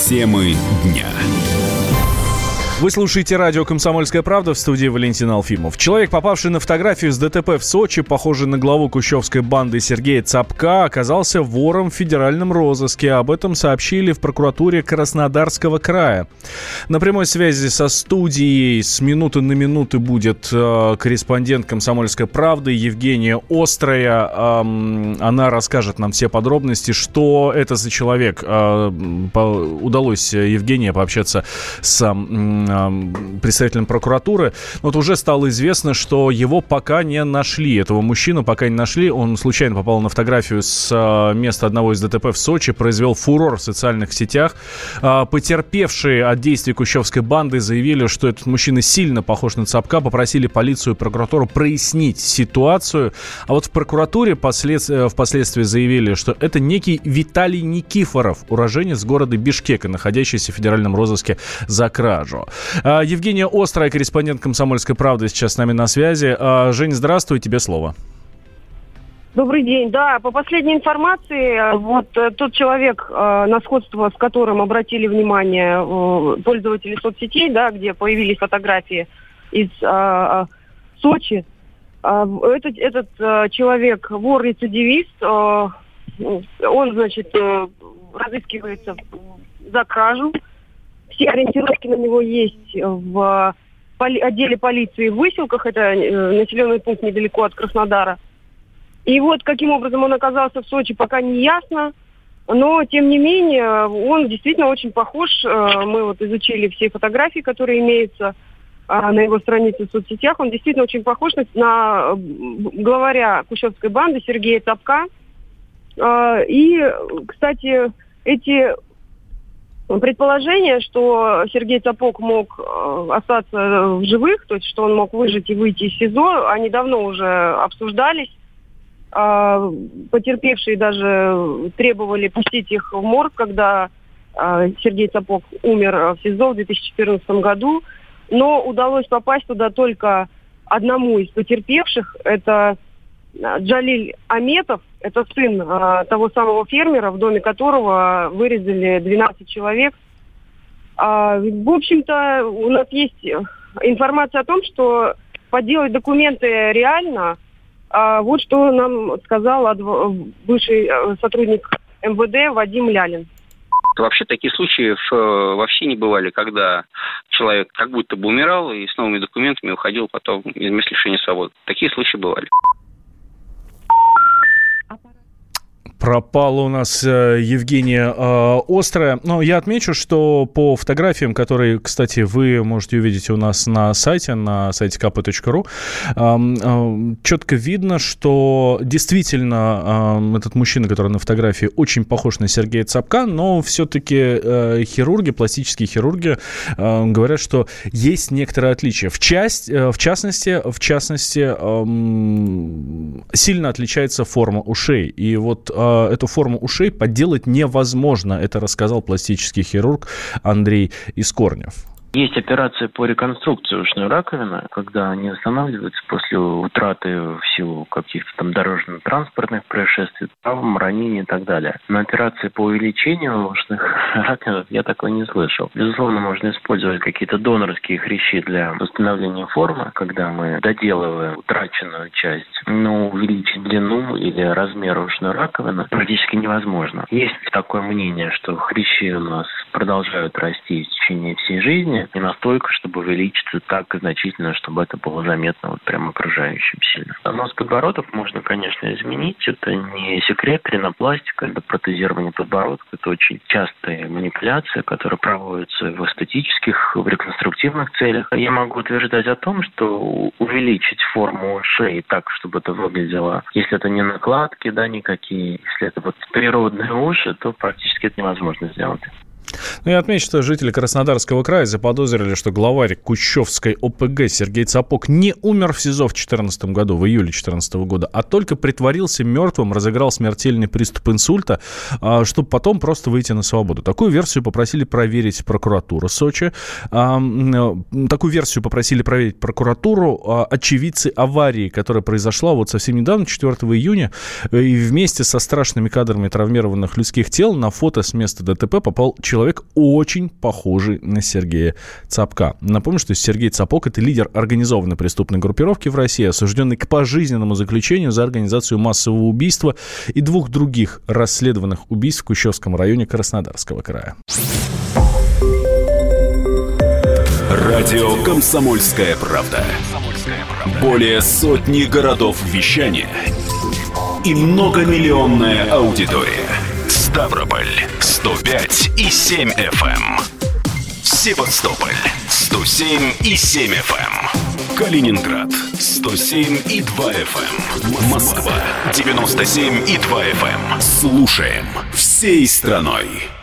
Темы дня. Вы слушаете радио «Комсомольская правда», в студии Валентин Алфимов. Человек, попавший на фотографию с ДТП в Сочи, похожий на главу кущевской банды Сергея Цапка, оказался вором в федеральном розыске. Об этом сообщили в прокуратуре Краснодарского края. На прямой связи со студией с минуты на минуту будет корреспондент «Комсомольской правды» Евгения Острая. Она расскажет нам все подробности, что это за человек. Удалось Евгении пообщаться с представителем прокуратуры. Вот уже стало известно, что его пока не нашли. Этого мужчину пока не нашли. Он случайно попал на фотографию с места одного из ДТП в Сочи, произвел фурор в социальных сетях. Потерпевшие от действий кущевской банды заявили, что этот мужчина сильно похож на Цапка, попросили полицию и прокуратуру прояснить ситуацию. А вот в прокуратуре впоследствии заявили, что это некий Виталий Никифоров, уроженец города Бишкека, находящийся в федеральном розыске за кражу. Евгения Острая, корреспондент «Комсомольской правды», сейчас с нами на связи. Жень, здравствуй, тебе слово. Добрый день. Да, по последней информации, вот тот человек, на сходство с которым обратили внимание пользователи соцсетей, да, где появились фотографии из Сочи, этот человек вор-рецидивист, он, значит, разыскивается за кражу. Все ориентировки на него есть в отделе полиции в Выселках, это населенный пункт недалеко от Краснодара. И вот каким образом он оказался в Сочи, пока не ясно, но тем не менее он действительно очень похож. Мы вот изучили все фотографии, которые имеются на его странице в соцсетях. Он действительно очень похож на главаря кущевской банды Сергея Цапка. И, кстати, эти предположение, что Сергей Цапок мог остаться в живых, то есть что он мог выжить и выйти из СИЗО, они давно уже обсуждались. Потерпевшие даже требовали пустить их в морг, когда Сергей Цапок умер в СИЗО в 2014 году. Но удалось попасть туда только одному из потерпевших. Это Джалиль Аметов, это сын того самого фермера, в доме которого вырезали 12 человек. В общем-то, у нас есть информация о том, что подделать документы реально. Вот что нам сказал бывший сотрудник МВД Вадим Лялин. Вообще такие случаи вообще не бывали, когда человек как будто бы умирал и с новыми документами уходил потом из мест лишения свободы. Такие случаи бывали. Пропала у нас Евгения Острая. Но я отмечу, что по фотографиям, которые, кстати, вы можете увидеть у нас на сайте kp.ru, четко видно, что действительно этот мужчина, который на фотографии, очень похож на Сергея Цапка, но все-таки хирурги, пластические хирурги говорят, что есть некоторые отличия. В частности, сильно отличается форма ушей. И вот эту форму ушей подделать невозможно. Это рассказал пластический хирург Андрей Искорнев. Есть операция по реконструкции ушной раковины, когда они восстанавливаются после утраты в силу каких-то там дорожно-транспортных происшествий, травм, ранений и так далее. Но операции по увеличению ушных раковин я такой не слышал. Безусловно, можно использовать какие-то донорские хрящи для восстановления формы, когда мы доделываем утраченную часть, но увеличить длину или размер ушной раковины практически невозможно. Есть такое мнение, что хрящи у нас продолжают расти в течение всей жизни, не настолько, чтобы увеличиться так значительно, чтобы это было заметно вот прям окружающим сильно. Нос подбородок можно, конечно, изменить. Это не секрет. Ринопластика, это протезирование подбородка. Это очень частая манипуляция, которая проводится в эстетических, в реконструктивных целях. Я могу утверждать о том, что увеличить форму ушей так, чтобы это выглядело, если это не накладки, да, никакие, если это вот природные уши, то практически это невозможно сделать. Ну, я отмечу, что жители Краснодарского края заподозрили, что главарь Кущевской ОПГ Сергей Цапок не умер в СИЗО в 2014 году, в июле 2014 года, а только притворился мертвым, разыграл смертельный приступ инсульта, чтобы потом просто выйти на свободу. Такую версию попросили проверить прокуратуру Сочи. Такую версию попросили проверить прокуратуру очевидцы аварии, которая произошла вот совсем недавно, 4 июня, и вместе со страшными кадрами травмированных людских тел на фото с места ДТП попал человек, человек, очень похожий на Сергея Цапка. Напомню, что Сергей Цапок – это лидер организованной преступной группировки в России, осужденный к пожизненному заключению за организацию массового убийства и 2 других расследованных убийств в Кущевском районе Краснодарского края. Радио «Комсомольская правда». Более сотни городов вещания и многомиллионная аудитория. Ставрополь 105,7 FM. Севастополь 107,7 FM. Калининград 107,2 FM. Москва 97,2 FM. Слушаем всей страной.